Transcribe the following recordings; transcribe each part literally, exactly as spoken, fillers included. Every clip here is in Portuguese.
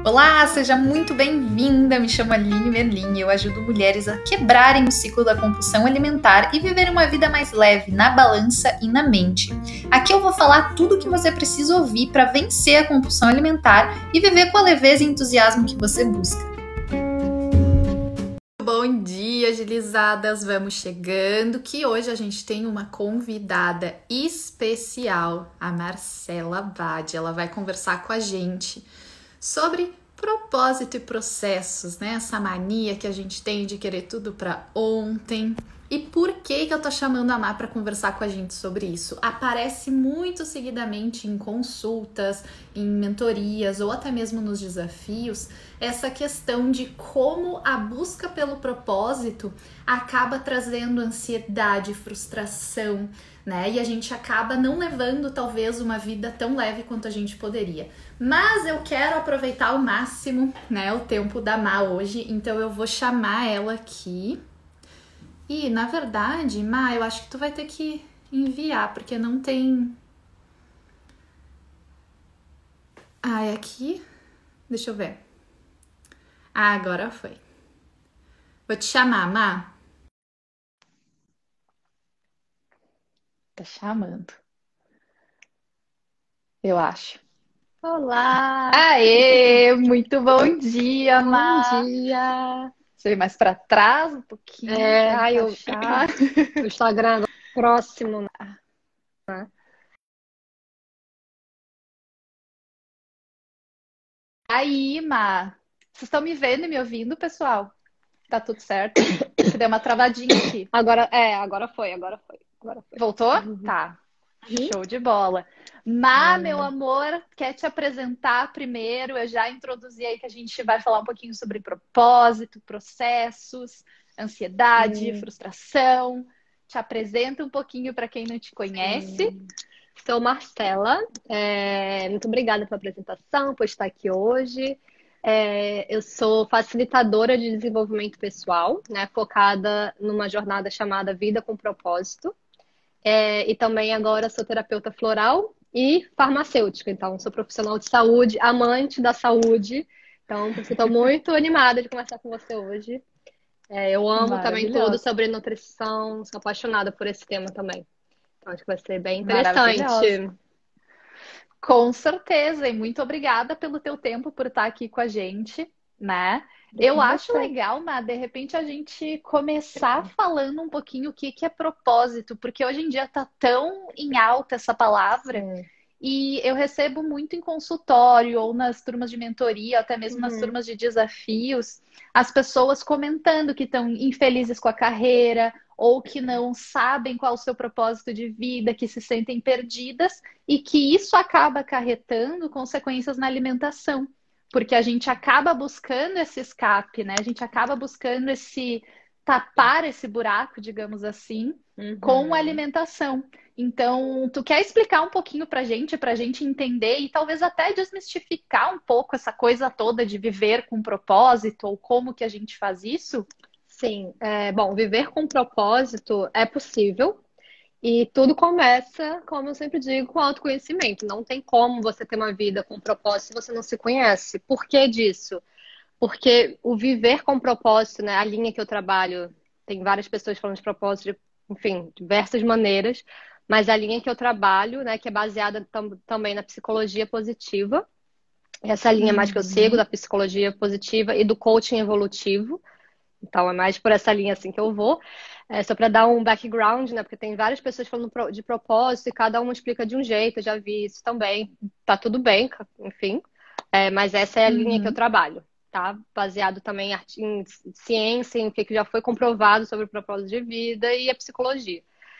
Olá, seja muito bem-vinda! Me chamo Aline Merlin e eu ajudo mulheres a quebrarem o ciclo da compulsão alimentar e viver uma vida mais leve na balança e na mente. Aqui eu vou falar tudo o que você precisa ouvir para vencer a compulsão alimentar e viver com a leveza e entusiasmo que você busca. Bom dia, agilizadas! Vamos chegando, que hoje a gente tem uma convidada especial, a Marcela Bade. Ela vai conversar com a gente sobre propósito e processos, né? Essa mania que a gente tem de querer tudo para ontem. E por que que eu tô chamando a Má para conversar com a gente sobre isso? Aparece muito seguidamente em consultas, em mentorias ou até mesmo nos desafios, essa questão de como a busca pelo propósito acaba trazendo ansiedade, frustração, né? E a gente acaba não levando talvez uma vida tão leve quanto a gente poderia. Mas eu quero aproveitar ao máximo, né, o tempo da Má hoje, então eu vou chamar ela aqui. E, na verdade, Má, eu acho que tu vai ter que enviar, porque não tem... Ah, é aqui? Deixa eu ver. Ah, agora foi. Vou te chamar, Má. Tá chamando. Eu acho. Olá! Aê! Muito bom dia, Bom Má! dia! Deixa eu ir mais pra trás um pouquinho É, pra ai, eu, encaixar. o Instagram agora é próximo, né? Aí, Má. Vocês estão me vendo e me ouvindo, pessoal? Tá tudo certo? Que deu uma travadinha aqui. Agora, é, agora foi, agora foi, agora foi. Voltou? Uhum. Tá. Uhum. Show de bola. Má, meu É. amor, quer te apresentar primeiro? Eu já introduzi aí que a gente vai falar um pouquinho sobre propósito, processos, ansiedade, Hum, frustração. Te apresenta um pouquinho para quem não te conhece. sim. Sou Marcela, é, muito obrigada pela apresentação, por estar aqui hoje. É, eu sou facilitadora de desenvolvimento pessoal, né, focada numa jornada chamada Vida com Propósito. É, e também agora sou terapeuta floral e farmacêutica. Então, sou profissional de saúde, amante da saúde. Então, por isso estou muito animada de conversar com você hoje. É, eu amo também tudo Maravilhosa. sobre nutrição, sou apaixonada por esse tema também. Então, acho que vai ser bem Maravilhosa. interessante. Com certeza, e muito obrigada pelo teu tempo por estar aqui com a gente, né? Eu acho Você. legal, mas de repente a gente começar falando um pouquinho o que que é propósito, porque hoje em dia tá tão em alta essa palavra Sim. e eu recebo muito em consultório ou nas turmas de mentoria, até mesmo nas Uhum. turmas de desafios, as pessoas comentando que estão infelizes com a carreira ou que não sabem qual é o seu propósito de vida, que se sentem perdidas e que isso acaba acarretando consequências na alimentação, porque a gente acaba buscando esse escape, né? A gente acaba buscando esse tapar esse buraco, digamos assim, com a Uhum. alimentação. Então, tu quer explicar um pouquinho pra gente, pra gente entender e talvez até desmistificar um pouco essa coisa toda de viver com propósito ou como que a gente faz isso? Sim, é, bom, viver com propósito é possível. E tudo começa, como eu sempre digo, com autoconhecimento. Não tem como você ter uma vida com propósito se você não se conhece. Por que disso? Porque o viver com propósito, né, a linha que eu trabalho, tem várias pessoas falando de propósito de, enfim, diversas maneiras, mas a linha que eu trabalho, né, que é baseada tam também na psicologia positiva, essa linha mais que eu sigo, da Uhum, psicologia positiva e do coaching evolutivo. Então, é mais por essa linha assim que eu vou. É, só para dar um background, né? Porque tem várias pessoas falando pro- de propósito e cada uma explica de um jeito. Eu já vi isso também. Tá tudo bem, ca- enfim. É, mas essa é a linha que eu uhum, trabalho, tá? Baseado também em, arti- em ciência, em o que que já foi comprovado sobre o propósito de vida e a psicologia.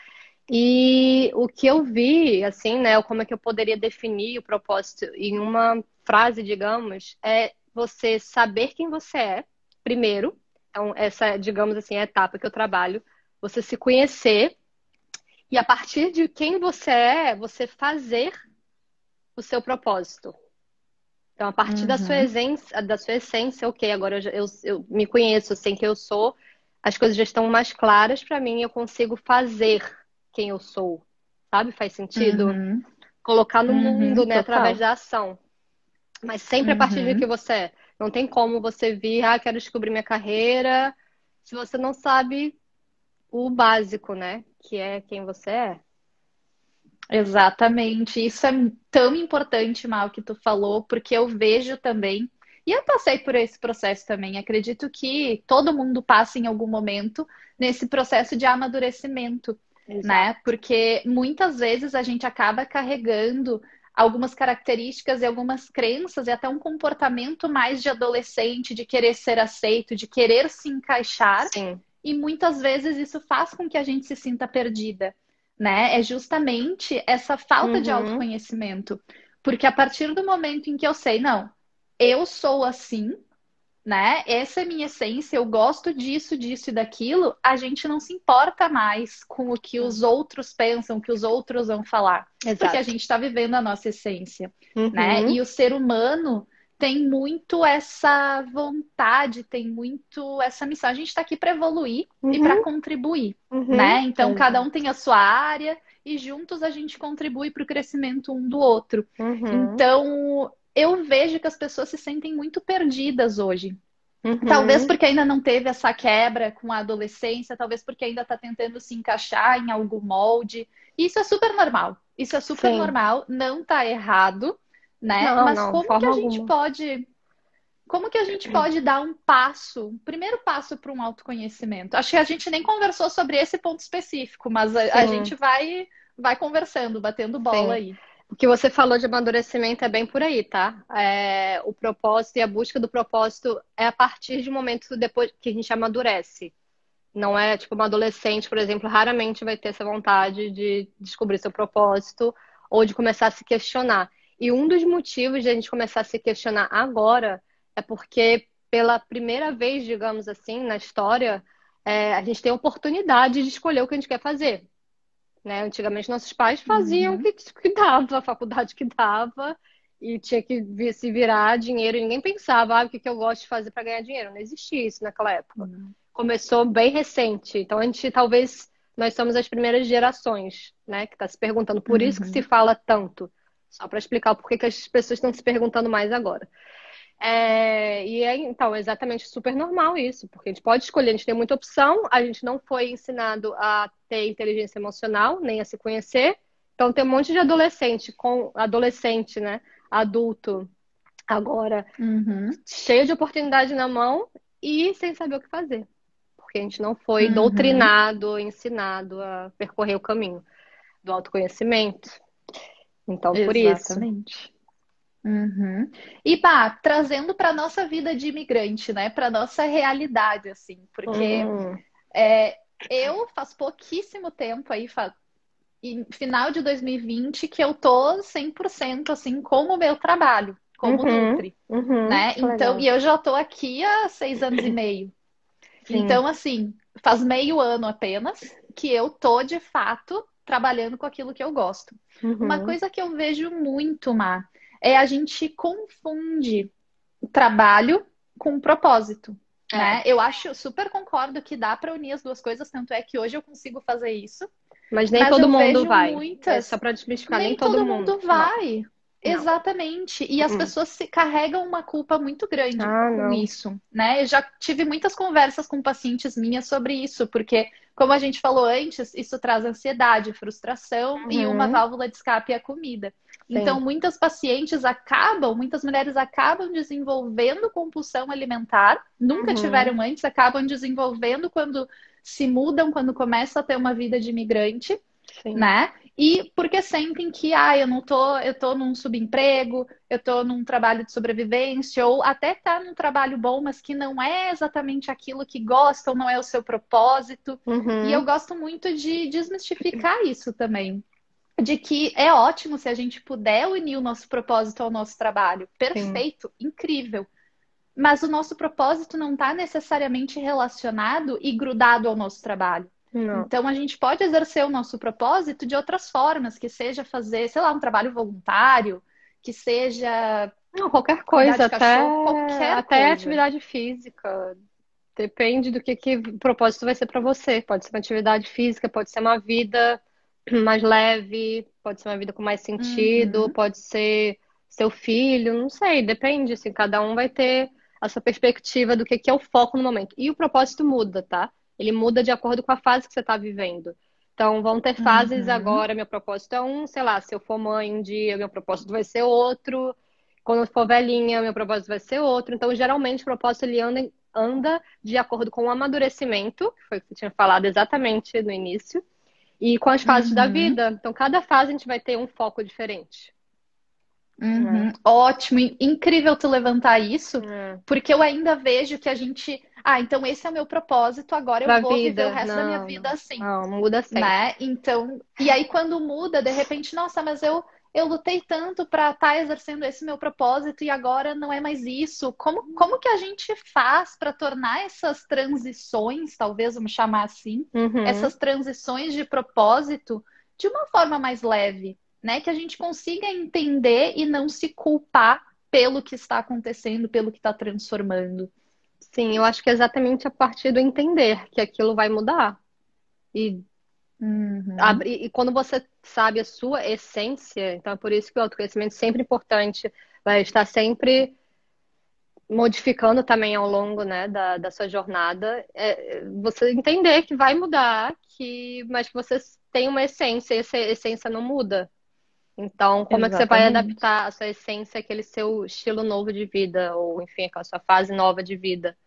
E o que eu vi, assim, né? Como é que eu poderia definir o propósito em uma frase, digamos, é você saber quem você é, primeiro. Então, essa, digamos assim, é a etapa que eu trabalho. Você se conhecer e a partir de quem você é, você fazer o seu propósito. Então, a partir da sua uhum, essência, da sua essência, ok, agora eu, já- eu, eu me conheço, eu sei quem eu sou, as coisas já estão mais claras para mim, eu consigo fazer quem eu sou. Sabe? Faz sentido? uhum, Colocar no mundo, uhum, né, através total. da ação. Mas sempre a partir de que Uhum. você é. Não tem como você vir, ah, quero descobrir minha carreira, se você não sabe o básico, né? Que é quem você é. Exatamente. Isso é tão importante, Mal, que tu falou, porque eu vejo também, e eu passei por esse processo também. Acredito que todo mundo passa em algum momento nesse processo de amadurecimento, né? Exato. Porque muitas vezes a gente acaba carregando algumas características e algumas crenças e até um comportamento mais de adolescente, de querer ser aceito, de querer se encaixar, Sim. e muitas vezes isso faz com que a gente se sinta perdida, né? É justamente essa falta de Uhum. autoconhecimento. Porque a partir do momento em que eu sei, não, eu sou assim, né? Essa é minha essência, eu gosto disso, disso e daquilo, a gente não se importa mais com o que os outros pensam, o que os outros vão falar, porque a Exato. gente está vivendo a nossa essência, né? Uhum. E o ser humano tem muito essa vontade, tem muito essa missão. A gente está aqui para evoluir e para Uhum. contribuir, Uhum. né? Então cada um Exato. tem a sua área e juntos a gente contribui para o crescimento um do outro. Uhum. Então eu vejo que as pessoas se sentem muito perdidas hoje. Talvez Uhum. porque ainda não teve essa quebra com a adolescência, talvez porque ainda está tentando se encaixar em algum molde. Isso é super normal. Isso é super Sim. normal, não está errado, né? Não, Mas não, de como que forma a gente alguma. pode, como que a gente pode dar um passo, um primeiro passo para um autoconhecimento? Acho que a gente nem conversou sobre esse ponto específico, mas a, a Sim, gente vai vai conversando, batendo bola sim. aí. O que você falou de amadurecimento é bem por aí, tá? É, o propósito e a busca do propósito é a partir de um momento depois que a gente amadurece. Não é tipo uma adolescente, por exemplo, raramente vai ter essa vontade de descobrir seu propósito ou de começar a se questionar. E um dos motivos de a gente começar a se questionar agora é porque, pela primeira vez, digamos assim, na história, é, a gente tem a oportunidade de escolher o que a gente quer fazer. Né? Antigamente, nossos pais faziam o Uhum, que, que dava, a faculdade que dava, e tinha que vir- se virar dinheiro. E ninguém pensava, ah, o que, que eu gosto de fazer para ganhar dinheiro. Não existia isso naquela época. uhum, Começou bem recente. Então, a gente talvez nós somos as primeiras gerações, né, que está se perguntando. Por isso que se uhum, fala tanto. Só para explicar o porquê que as pessoas estão se perguntando mais agora. É, e é, então, é exatamente super normal isso, porque a gente pode escolher, a gente tem muita opção, a gente não foi ensinado a ter inteligência emocional, nem a se conhecer. Então tem um monte de adolescente com adolescente, né? Adulto agora uhum, cheio de oportunidade na mão e sem saber o que fazer, porque a gente não foi uhum. doutrinado, ensinado a percorrer o caminho do autoconhecimento. Então, por isso. Exatamente. Uhum. E pá, trazendo para nossa vida de imigrante, né? Para nossa realidade, assim, porque Hum, é, eu faz pouquíssimo tempo aí, fa- em final de dois mil e vinte, que eu tô cem por cento assim como o meu trabalho, como uhum, Nutri, uhum, né? que Então, legal. e eu já tô aqui há seis anos e meio. Sim. Então, assim, faz meio ano apenas que eu tô de fato trabalhando com aquilo que eu gosto. Uma Uhum. coisa que eu vejo muito, Má, é a gente confunde trabalho com propósito, É, né? Eu acho, super concordo que dá para unir as duas coisas, tanto é que hoje eu consigo fazer isso, mas nem mas todo eu mundo vejo vai. É só muitas, para desmistificar, nem nem todo todo mundo mundo vai. vai. Não. Exatamente. E as Uh-uh. pessoas se carregam uma culpa muito grande Ah, com não. isso, né? Eu já tive muitas conversas com pacientes minhas sobre isso, porque, como a gente falou antes, isso traz ansiedade, frustração e uma Uhum. válvula de escape é a comida. Então, Sim. muitas pacientes acabam, muitas mulheres acabam desenvolvendo compulsão alimentar, nunca Uhum. tiveram antes, acabam desenvolvendo quando se mudam, quando começam a ter uma vida de imigrante, Sim. né? E porque sentem que, ah, eu não tô, eu tô num subemprego, eu tô num trabalho de sobrevivência, ou até tá num trabalho bom, mas que não é exatamente aquilo que gostam, não é o seu propósito. E eu Uhum. gosto muito de desmistificar isso também. De que é ótimo se a gente puder unir o nosso propósito ao nosso trabalho. Sim. Perfeito, incrível. Mas o nosso propósito não está necessariamente relacionado e grudado ao nosso trabalho. Não. Então, a gente pode exercer o nosso propósito de outras formas, que seja fazer, sei lá, um trabalho voluntário, que seja Não, qualquer cuidar coisa, de até, cachorro, qualquer até coisa. atividade física. Depende do que, que o propósito vai ser para você. Pode ser uma atividade física, pode ser uma vida mais leve, pode ser uma vida com mais sentido, Uhum, pode ser seu filho, não sei, depende, assim, cada um vai ter a sua perspectiva do que que é o foco no momento. E o propósito muda, tá? Ele muda de acordo com a fase que você está vivendo. Então, vão ter fases Uhum. agora, meu propósito é um, sei lá, se eu for mãe um dia, meu propósito vai ser outro. Quando eu for velhinha, meu propósito vai ser outro. Então, geralmente, o propósito ele anda, anda de acordo com o amadurecimento, que foi o que você tinha falado exatamente no início, e com as fases da Uhum. vida. Então, cada fase a gente vai ter um foco diferente, né? Uhum. Ótimo, in- incrível tu levantar isso, É. porque eu ainda vejo que a gente, ah, então esse é o meu propósito, agora eu Pra vou viver o vida, resto da minha não, vida não, assim, não, muda sempre. né? Então, e aí quando muda, de repente, nossa, mas eu eu lutei tanto para estar exercendo esse meu propósito e agora não é mais isso. Como como que a gente faz para tornar essas transições, talvez vamos chamar assim, Uhum. essas transições de propósito de uma forma mais leve? Né? Que a gente consiga entender e não se culpar pelo que está acontecendo, pelo que está transformando. Sim, eu acho que é exatamente a partir do entender que aquilo vai mudar. E, Uhum. abrir, e quando você sabe a sua essência, então é por isso que o autoconhecimento é sempre importante, vai estar sempre modificando também ao longo, né, da, da sua jornada, é, você entender que vai mudar, que, mas que você tem uma essência, e essa essência não muda. Então, como é que você vai Exatamente. adaptar a sua essência àquele seu estilo novo de vida, ou enfim, aquela sua fase nova de vida?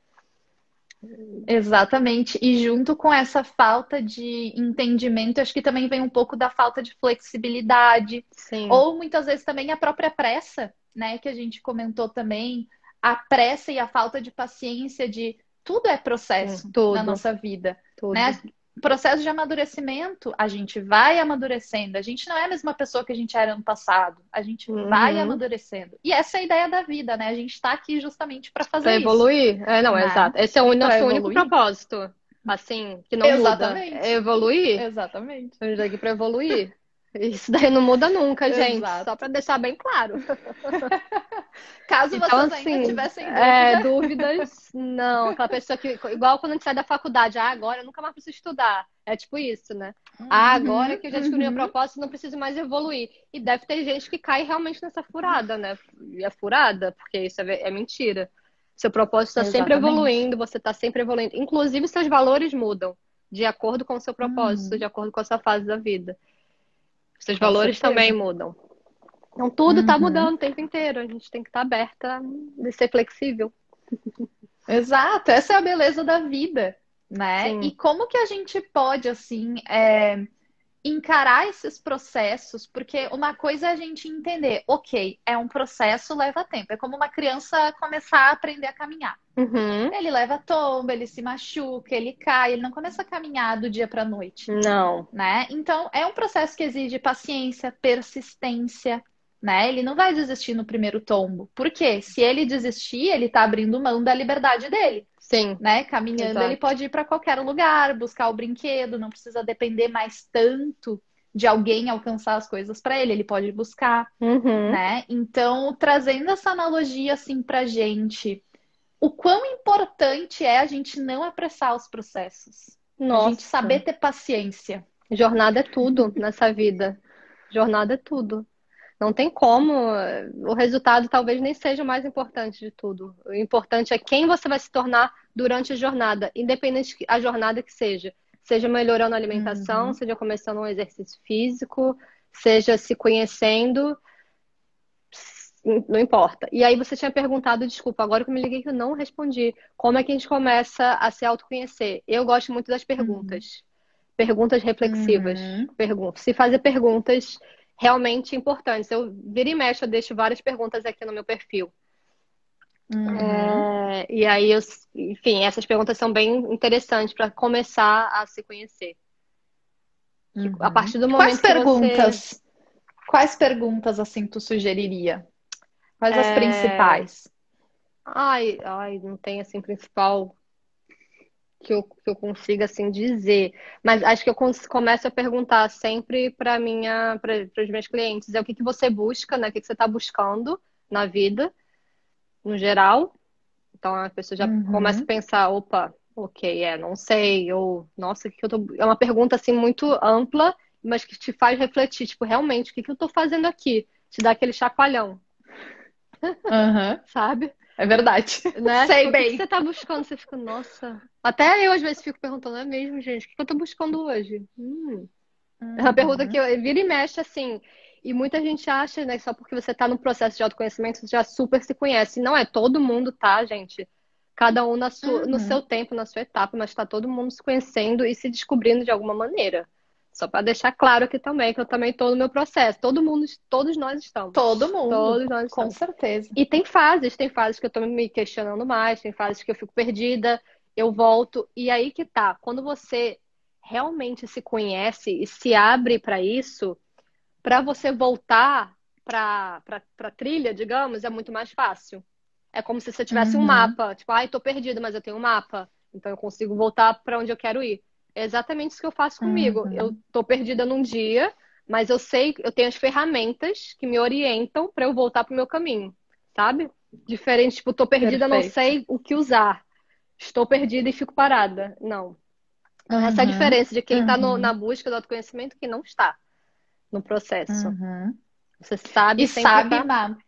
Exatamente. E junto com essa falta de entendimento, acho que também vem um pouco da falta de flexibilidade, Sim, ou muitas vezes também a própria pressa, né, que a gente comentou também, a pressa e a falta de paciência de tudo é sim, processo na tudo, nossa vida, tudo. né? Processo de amadurecimento, a gente vai amadurecendo. A gente não é a mesma pessoa que a gente era ano passado. A gente vai Uhum. amadurecendo. E essa é a ideia da vida, né? A gente está aqui justamente para Para fazer isso, evoluir? É, não, é né? exato. Esse é o Para nosso único evoluir. propósito, assim, que não muda. É Exatamente. evoluir. Exatamente. Estamos aqui para evoluir. Isso daí não muda nunca, gente. Só Exato. para deixar bem claro. Caso Então, vocês ainda assim, tivessem é, dúvida. dúvidas, não. Aquela pessoa que, igual quando a gente sai da faculdade, ah, agora eu nunca mais preciso estudar. É tipo isso, né? Ah, agora Uhum, que eu já descobri meu uhum. propósito, não preciso mais evoluir. E deve ter gente que cai realmente nessa furada, né? E é furada, porque isso é, ve- é mentira. Seu propósito está sempre Exatamente. evoluindo, você está sempre evoluindo. Inclusive, seus valores mudam de acordo com o seu propósito, de Uhum, acordo com a sua fase da vida. Seus com valores também certeza. mudam. Então, tudo está Uhum. mudando o tempo inteiro. A gente tem que estar aberta e ser flexível. Exato, essa é a beleza da vida, né? E Sim. como que a gente pode, assim, é, encarar esses processos? Porque uma coisa é a gente entender, ok, é um processo, leva tempo. É como uma criança começar a aprender a caminhar. Uhum. Ele leva tomba, ele se machuca, ele cai, ele não começa a caminhar do dia para a noite, Não. né? Então, é um processo que exige paciência, persistência, né? Ele não vai desistir no primeiro tombo. Por quê? Se ele desistir, ele está abrindo mão da liberdade dele, Sim. né? Caminhando, ele Exato. pode ir para qualquer lugar, buscar o brinquedo, não precisa depender mais tanto de alguém alcançar as coisas para ele, ele pode buscar, Uhum. né? Então, trazendo essa analogia assim para gente, o quão importante é a gente não apressar os processos, a gente saber Nossa. ter paciência. Jornada é tudo nessa vida. Jornada é tudo. Não tem como. O resultado talvez nem seja o mais importante de tudo. O importante é quem você vai se tornar durante a jornada, independente que- a jornada que seja. Seja melhorando a alimentação, Uhum. seja começando um exercício físico, seja se conhecendo. Não importa. E aí você tinha perguntado, desculpa, agora que eu me liguei que eu não respondi. Como é que a gente começa a se autoconhecer? Eu gosto muito das Uhum. perguntas. Perguntas reflexivas. Uhum. Perguntas. Se fazer perguntas realmente importantes. Eu vira e mexe, eu deixo várias perguntas aqui no meu perfil. Uhum. É, e aí, eu, enfim, essas perguntas são bem interessantes para começar a se conhecer. Que a Uhum. partir do Quais momento que você. perguntas, quais perguntas assim tu sugeriria? Quais as É, principais? ai, ai, não tem assim principal que eu, que eu consiga assim dizer, mas acho que eu cons- começo a perguntar sempre para minha, para os meus clientes, é o que que você busca, né? O que que você está buscando na vida, no geral. Então a pessoa já começa a Uhum. pensar, opa, ok, é, não sei, ou nossa, o que que eu tô... É uma pergunta assim muito ampla, mas que te faz refletir, tipo, realmente, o que que eu tô fazendo aqui? Te dá aquele chacoalhão. Aham, sabe? é verdade. Né? Sei Tipo, o que que bem. você tá buscando? Você fica, nossa. Até eu às vezes fico perguntando, é mesmo, gente, o que que eu tô buscando hoje? Hum. É uma pergunta que Uhum. eu vira e mexe assim. E muita gente acha, né, que só porque você tá no processo de autoconhecimento, você já super se conhece. Não é todo mundo, tá, gente? Cada um na sua, no seu Uhum. tempo, na sua etapa, mas tá todo mundo se conhecendo e se descobrindo de alguma maneira. Só para deixar claro aqui também, que eu também tô no meu processo. Todo mundo, todos nós Todo estamos. mundo, Todos nós com estamos. certeza. E tem fases, tem fases que eu tô me questionando mais, tem fases que eu fico perdida, eu volto. E aí que tá, quando você realmente se conhece e se abre para isso, para você voltar para para trilha, digamos, é muito mais fácil. É como se você tivesse um Uhum. mapa, tipo, ai, tô perdida, mas eu tenho um mapa, então eu consigo voltar para onde eu quero ir. É exatamente isso que eu faço comigo. Eu Uhum. tô perdida num dia, mas eu sei, eu tenho as ferramentas que me orientam para eu voltar pro meu caminho, sabe? Diferente, tipo, tô perdida, não Perfeito. sei o que usar. Estou perdida e fico parada. Não. Então, essa é a Uhum. diferença de quem está na Uhum. busca do autoconhecimento e quem não está no processo. Uhum. Você sabe E sempre sabe, tá. Má,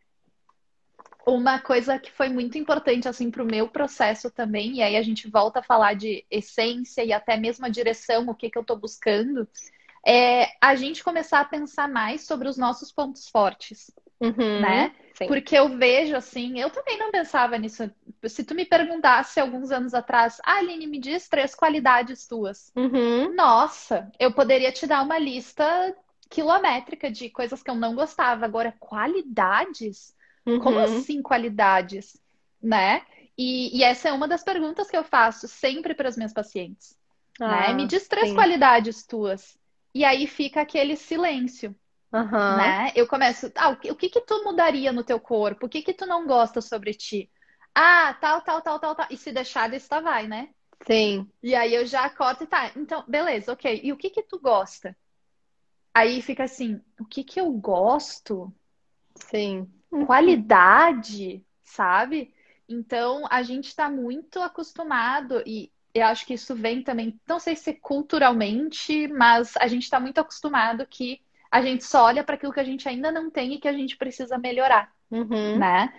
uma coisa que foi muito importante assim para o meu processo também, e aí a gente volta a falar de essência e até mesmo a direção, o que que eu estou buscando, é a gente começar a pensar mais sobre os nossos pontos fortes, Uhum, né? sim. Porque eu vejo assim, eu também não pensava nisso. Se tu me perguntasse alguns anos atrás, ah, Aline, me diz três qualidades tuas. Uhum, Nossa, eu poderia te dar uma lista quilométrica de coisas que eu não gostava. Agora, qualidades? Como uhum. assim qualidades? Né? E, e essa é uma das perguntas que eu faço sempre para as minhas pacientes, né? Me Ah, diz três sim. qualidades tuas. E aí fica aquele silêncio, Aham, né? Eu começo, ah, o que, o que que tu mudaria no teu corpo? O que que tu não gosta sobre ti? Ah, tal, tal, tal, tal, tal. E se deixar, desta vai, né? sim, E aí eu já corto e tá. Então, beleza, ok. E o que que tu gosta? Aí fica assim, o que que eu gosto? sim. Qualidade, sabe? Então, a gente está muito acostumado, e eu acho que isso vem também, não sei se culturalmente, mas a gente está muito acostumado que a gente só olha para aquilo que a gente ainda não tem e que a gente precisa melhorar, Uhum, né?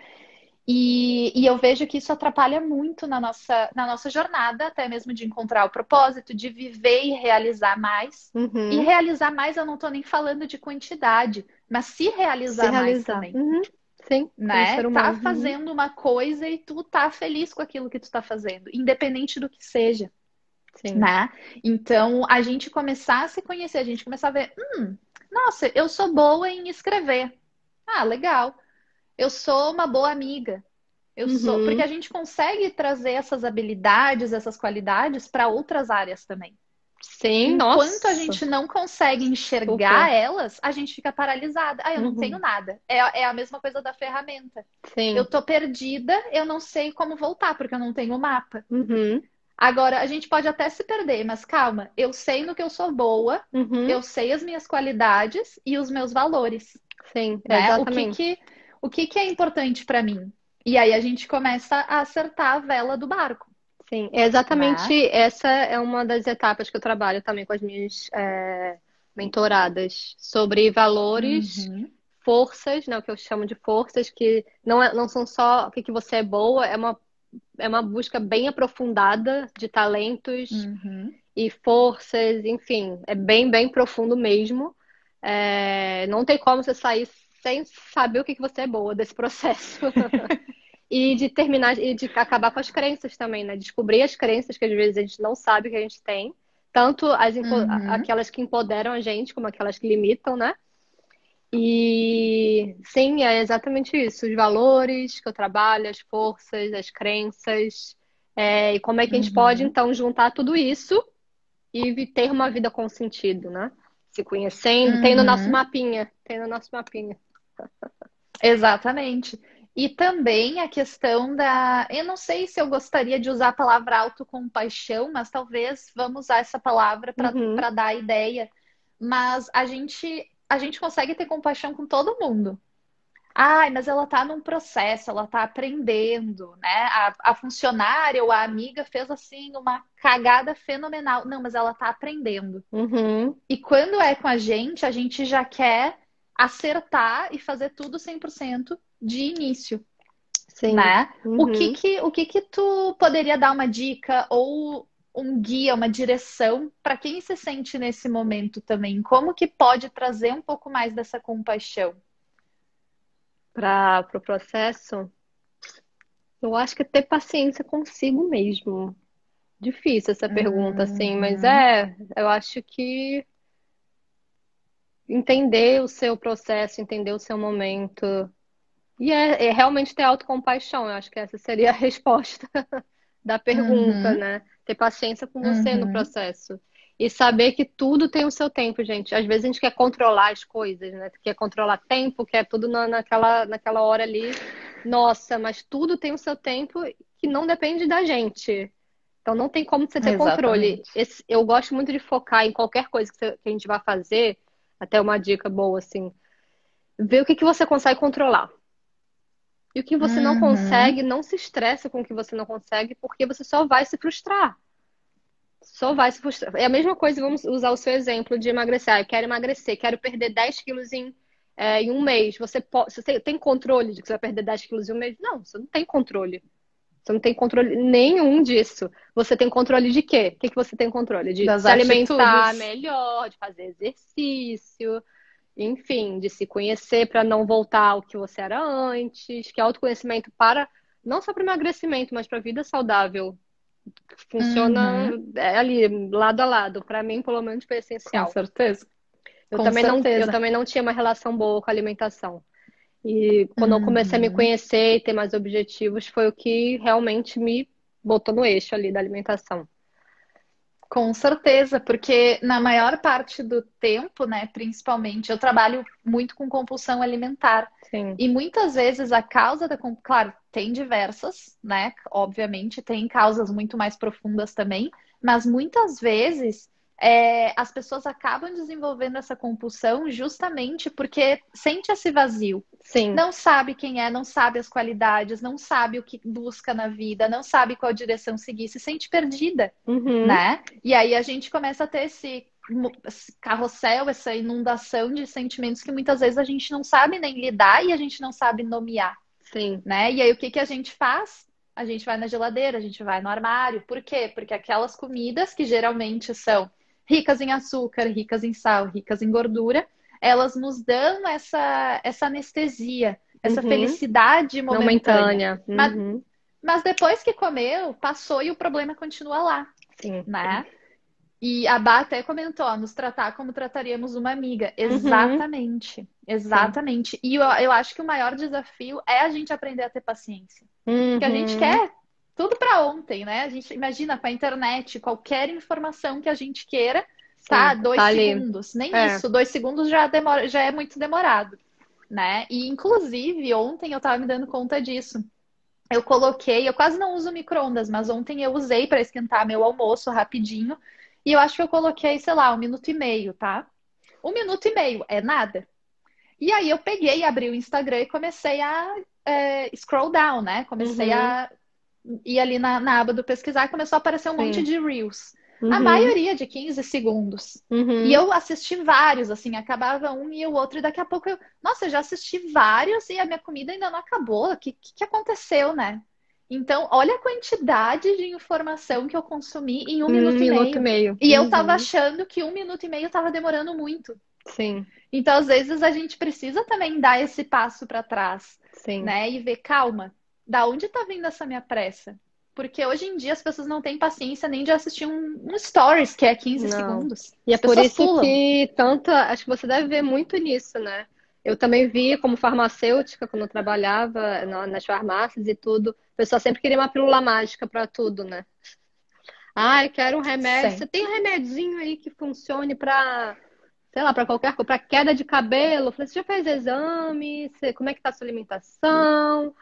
E, e eu vejo que isso atrapalha muito na nossa, na nossa jornada, até mesmo de encontrar o propósito, de viver e realizar mais. E uhum. realizar mais, eu não estou nem falando de quantidade, mas se Se realizar mais realizar. também, Uhum, sim, como né? ser Tá humano. Uhum, fazendo uma coisa e tu tá feliz com aquilo que tu tá fazendo, independente do que seja, sim. né? Então, a gente começar a se conhecer, a gente começar a ver, hum, nossa, eu sou boa em escrever. Ah, legal. Eu sou uma boa amiga. Eu sou, porque Uhum. a gente consegue trazer essas habilidades, essas qualidades para outras áreas também. Sim, Enquanto a nossa, gente não consegue enxergar super. elas, a gente fica paralisada. Ah, eu não tenho Uhum, nada. É, é a mesma coisa da ferramenta. Eu sim. tô perdida, eu não sei como voltar, porque eu não tenho mapa. Uhum, Agora, a gente pode até se perder, mas calma, eu sei no que eu sou boa, uhum, eu sei as minhas qualidades e os meus valores, sim, né? O que exatamente. que, o que que é importante para mim? E aí a gente começa a acertar a vela do barco, Sim, é exatamente né? essa é uma das etapas que eu trabalho também com as minhas é, mentoradas, sobre valores, Uhum, forças, né, o que eu chamo de forças, que não, é, não são só o que, que você é boa, é uma, é uma busca bem aprofundada de talentos uhum. e forças, enfim, é bem, bem profundo mesmo. É, não tem como você sair sem saber o que, que você é boa desse processo. E de terminar e de acabar com as crenças também, né? Descobrir as crenças que às vezes a gente não sabe que a gente tem, tanto as empo- Uhum, aquelas que empoderam a gente, como aquelas que limitam, né? E sim, é exatamente isso, os valores que eu trabalho, as forças, as crenças, é, e como é que a gente pode uhum, então juntar tudo isso e vi- ter uma vida com sentido, né? Se conhecendo, tem no nosso uhum. mapinha, tem no nosso mapinha. Exatamente. E também a questão da. Eu não sei se eu gostaria de usar a palavra autocompaixão, mas talvez vamos usar essa palavra para Uhum, para dar a ideia. Mas a gente, a gente consegue ter compaixão com todo mundo. Ai, mas ela está num processo, ela está aprendendo, né? A, a funcionária ou a amiga fez assim uma cagada fenomenal. Não, mas ela está aprendendo. uhum, E quando é com a gente, a gente já quer acertar e fazer tudo cem por cento de início. Sim. né? O que Uhum. que, o que que tu poderia dar uma dica ou um guia, uma direção para quem se sente nesse momento também? Como que pode trazer um pouco mais dessa compaixão? Para o pro processo, eu acho que é ter paciência consigo mesmo. Difícil essa pergunta, assim, mas Uhum. é, eu acho que entender o seu processo, entender o seu momento. E é, é realmente ter autocompaixão. Eu acho que essa seria a resposta da pergunta, Uhum. né? Ter paciência com você no Uhum. processo. E saber que tudo tem o seu tempo, gente. Às vezes a gente quer controlar as coisas, né? Quer controlar tempo, quer tudo na, naquela, naquela hora ali. Nossa, mas tudo tem o seu tempo que não depende da gente. Então não tem como você ter controle. Exatamente. Esse- eu gosto muito de focar em qualquer coisa que, você- que a gente vai fazer. Até uma dica boa, assim. Ver o que que você consegue controlar. E o que você não Uhum. consegue, não se estressa com o que você não consegue, porque você só vai se frustrar. Só vai se frustrar. É a mesma coisa, vamos usar o seu exemplo de emagrecer. Ah, eu quero emagrecer, quero perder dez quilos em, é, em um mês. Você, pode, você tem controle de que você vai perder dez quilos em um mês? Não, você não tem controle. Você não tem controle nenhum disso. Você tem controle de quê? O que que você tem controle? De Das se alimentar atitudes. melhor, de fazer exercício, enfim, de se conhecer para não voltar ao que você era antes, que é autoconhecimento para não só para emagrecimento, mas para a vida saudável. Funciona Uhum. é, ali, lado a lado. Para mim, pelo menos, foi Com essencial. certeza. Eu Com também não, eu certeza. também não tinha uma relação boa com a alimentação. E quando eu comecei a me Uhum. conhecer e ter mais objetivos, foi o que realmente me botou no eixo ali da alimentação. Com certeza, porque na maior parte do tempo, né, principalmente, eu trabalho muito com compulsão alimentar. Sim. E muitas vezes a causa da, com- claro, tem diversas, né? Obviamente, tem causas muito mais profundas também, mas muitas vezes é, as pessoas acabam desenvolvendo essa compulsão justamente porque sente esse vazio. Sim. Não sabe quem é, não sabe as qualidades, não sabe o que busca na vida, não sabe qual direção seguir, se sente perdida, Uhum. né? E aí a gente começa a ter esse esse carrossel, essa inundação de sentimentos que muitas vezes a gente não sabe nem lidar e a gente não sabe nomear, Sim. né? E aí o que que a gente faz? A gente vai na geladeira, a gente vai no armário. Por quê? Porque aquelas comidas que geralmente são ricas em açúcar, ricas em sal, ricas em gordura, elas nos dão essa, essa anestesia, essa Uhum. felicidade momentânea. Momentânea. Mas, Uhum. mas depois que comeu, passou e o problema continua lá, Sim. né? E a Bá até comentou, ó, nos tratar como trataríamos uma amiga. Uhum. Exatamente, Sim. exatamente. E eu, eu acho que o maior desafio é a gente aprender a ter paciência. Porque a gente Uhum. quer tudo para ontem, né? A gente imagina com a internet, qualquer informação que a gente queira, tá? Sim. Dois Tá ali. segundos. Nem É. isso, dois segundos já demora, já é muito demorado, né? E inclusive ontem eu tava me dando conta disso. Eu coloquei, eu quase não uso micro-ondas, mas ontem eu usei para esquentar meu almoço rapidinho. E eu acho que eu coloquei, sei lá, um minuto e meio, tá? Um minuto e meio é nada. E aí eu peguei, abri o Instagram e comecei a é, scroll down, né? Comecei Uhum. a ir ali na, na aba do pesquisar e começou a aparecer um monte Sim. de Reels. A Uhum. maioria de quinze segundos. E Uhum. eu assisti vários, assim, acabava um e o outro, e daqui a pouco eu, nossa, eu já assisti vários e a minha comida ainda não acabou. O que, que, que aconteceu, né? Então, olha a quantidade de informação que eu consumi em um Um minuto e minuto e meio. meio. E eu tava Uhum. achando que um minuto e meio tava demorando muito. Sim. Então, às vezes, a gente precisa também dar esse passo para trás, Sim. né? E ver, calma, da onde tá vindo essa minha pressa? Porque hoje em dia as pessoas não têm paciência nem de assistir um, um stories, que é quinze Não. segundos. E é As por pessoas isso pulam. que tanto, acho que você deve ver muito nisso, né? Eu também via como farmacêutica, quando eu trabalhava na- nas farmácias e tudo, o pessoal sempre queria uma pílula mágica para tudo, né? Ah, eu quero um remédio. Você Sempre. tem um remedinho aí que funcione para, sei lá, para qualquer coisa, para queda de cabelo? Eu falei, você já fez exame? Você- como é que tá a sua alimentação?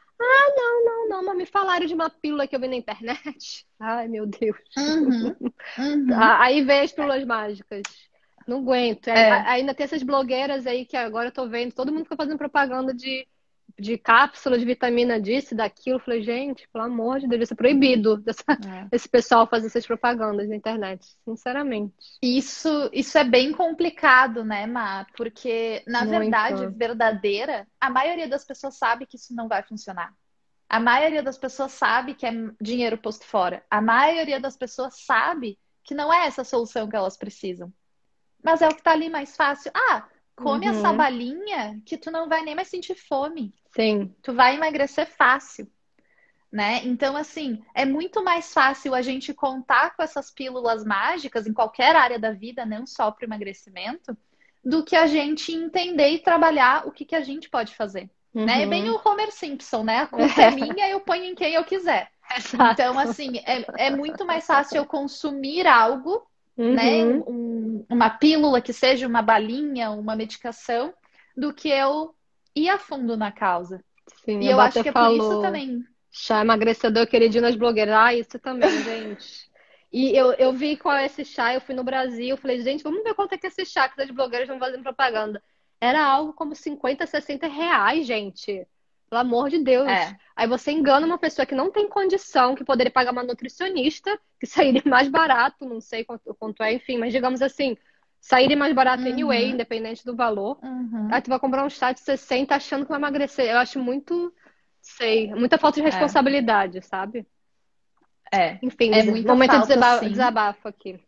Não, não, mas me falaram de uma pílula que eu vi na internet. Ai, meu Deus. Uhum, uhum. Ah, aí vem as pílulas mágicas. Não aguento. Aí- É, a- Ainda tem essas blogueiras aí que agora eu tô vendo, todo mundo fica fazendo propaganda de, de cápsula de vitamina disso, daquilo. Eu falei, gente, pelo amor de Deus, isso é proibido dessa- é. esse pessoal fazer essas propagandas na internet, sinceramente. Isso, isso é bem complicado, né, Má? Porque, na verdade, Muito. verdadeira, a maioria das pessoas sabe que isso não vai funcionar. A maioria das pessoas sabe que é dinheiro posto fora. A maioria das pessoas sabe que não é essa a solução que elas precisam. Mas é o que tá ali mais fácil. Ah, come essa Uhum. balinha que tu não vai nem mais sentir fome. Sim. Tu vai emagrecer fácil, né? Então, assim, é muito mais fácil a gente contar com essas pílulas mágicas em qualquer área da vida, não só para o emagrecimento, do que a gente entender e trabalhar o que que a gente pode fazer, né? É bem Uhum. o Homer Simpson, né? A culpa é minha, eu ponho em quem eu quiser. Então, Exato. assim, é, é muito mais fácil eu consumir algo, né? Um- Uhum. um- uma pílula que seja uma balinha, uma medicação, do que eu ir a fundo na causa. Sim, E a eu acho Bata que é por isso falou. também. Chá emagrecedor queridinho das blogueiras. Ah, isso também, gente. E eu, eu vi qual é esse chá, eu fui no Brasil, falei, gente, vamos ver quanto é que é esse chá que as blogueiras estão fazendo propaganda. Era algo como cinquenta, sessenta reais, gente. Pelo amor de Deus. É. Aí você engana uma pessoa que não tem condição, que poderia pagar uma nutricionista, que sairia mais barato, não sei quanto, quanto é, enfim, mas digamos assim, sairia mais barato anyway, Uhum, independente do valor. Aí uhum. tu vai comprar um chá de sessenta achando que vai emagrecer. Eu acho muito, sei, muita falta de É, responsabilidade, sabe? é. Enfim, É des- muita momento de falta, desaba- sim. desabafo aqui.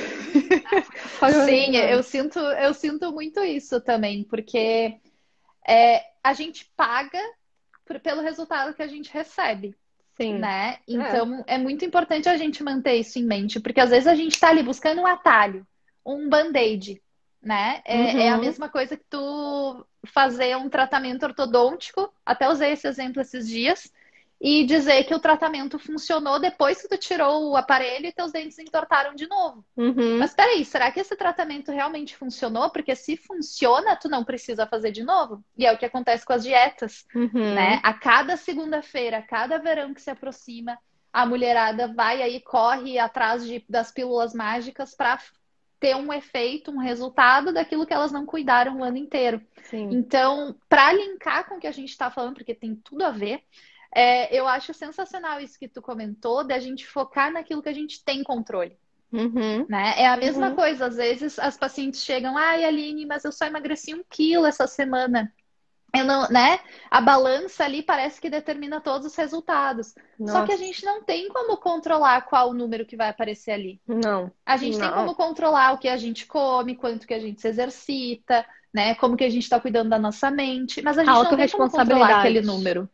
Pode- Sim, eu sinto, eu sinto muito isso também, porque é, a gente paga por- pelo resultado que a gente recebe, Sim, né? é. Então é muito importante a gente manter isso em mente, porque às vezes a gente está ali buscando um atalho, um band-aid, né? É, é a Uhum, mesma coisa que tu fazer um tratamento ortodôntico, até usei esse exemplo esses dias, e dizer que o tratamento funcionou depois que tu tirou o aparelho e teus dentes entortaram de novo. uhum, Mas peraí, será que esse tratamento realmente funcionou? Porque se funciona, tu não precisa fazer de novo. E é o que acontece com as dietas, né? uhum. A cada segunda-feira, a cada verão que se aproxima, a mulherada vai aí, corre atrás de, das pílulas mágicas para ter um efeito, um resultado daquilo que elas não cuidaram o ano inteiro. Sim. Então, para linkar com o que a gente está falando, porque tem tudo a ver, é, eu acho sensacional isso que tu comentou, da gente focar naquilo que a gente tem controle, Uhum, né? É a mesma uhum. coisa, às vezes as pacientes chegam, ai, Aline, mas eu só emagreci um quilo essa semana. Eu não, né? A balança ali parece que determina todos os resultados. Só que a Nossa, gente não tem como controlar qual o número que vai aparecer ali. não, A gente tem não. como controlar o que a gente come, quanto que a gente se exercita, né? Como que a gente está cuidando da nossa mente, mas a gente não tem como controlar aquele Autoresponsabilidade. número.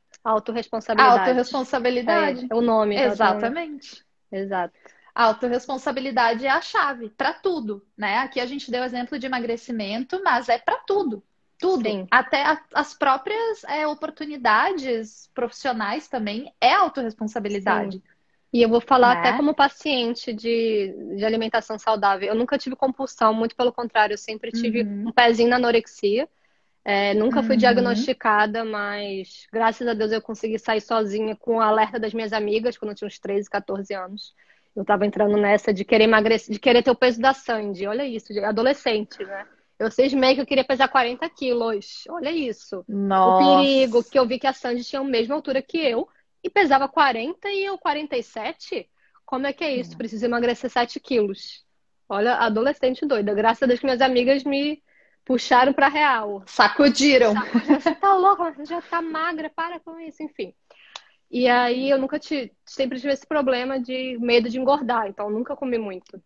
A Autoresponsabilidade. É, autorresponsabilidade. é o nome, ela tem um... Exatamente. Exato. A autorresponsabilidade é a chave para tudo, né? Aqui a gente deu exemplo de emagrecimento, mas é para tudo, tudo. Sim, Até a- as próprias é, oportunidades profissionais também é sim. autorresponsabilidade, E eu vou falar até né? como paciente de, de alimentação saudável. Eu nunca tive compulsão, muito pelo contrário, eu sempre tive um Uhum, pezinho na anorexia. É, nunca fui uhum, diagnosticada, mas graças a Deus eu consegui sair sozinha com o alerta das minhas amigas quando eu tinha uns treze, quatorze anos. Eu tava entrando nessa de querer emagrecer, de querer ter o peso da Sandy. Olha isso, de adolescente, né? Eu cismei que eu queria pesar quarenta quilos. Olha isso. O perigo, nossa. que eu vi que a Sandy tinha a mesma altura que eu e pesava quarenta e eu quarenta e sete. Como é que é isso? Preciso emagrecer sete quilos. Olha, adolescente doida. Graças a Deus que minhas amigas me puxaram pra real. Sacudiram. Sacudiu, você tá louca, mas você já tá magra, para com isso, enfim. E aí eu nunca tive, sempre tive esse problema de medo de engordar, então eu nunca comi muito.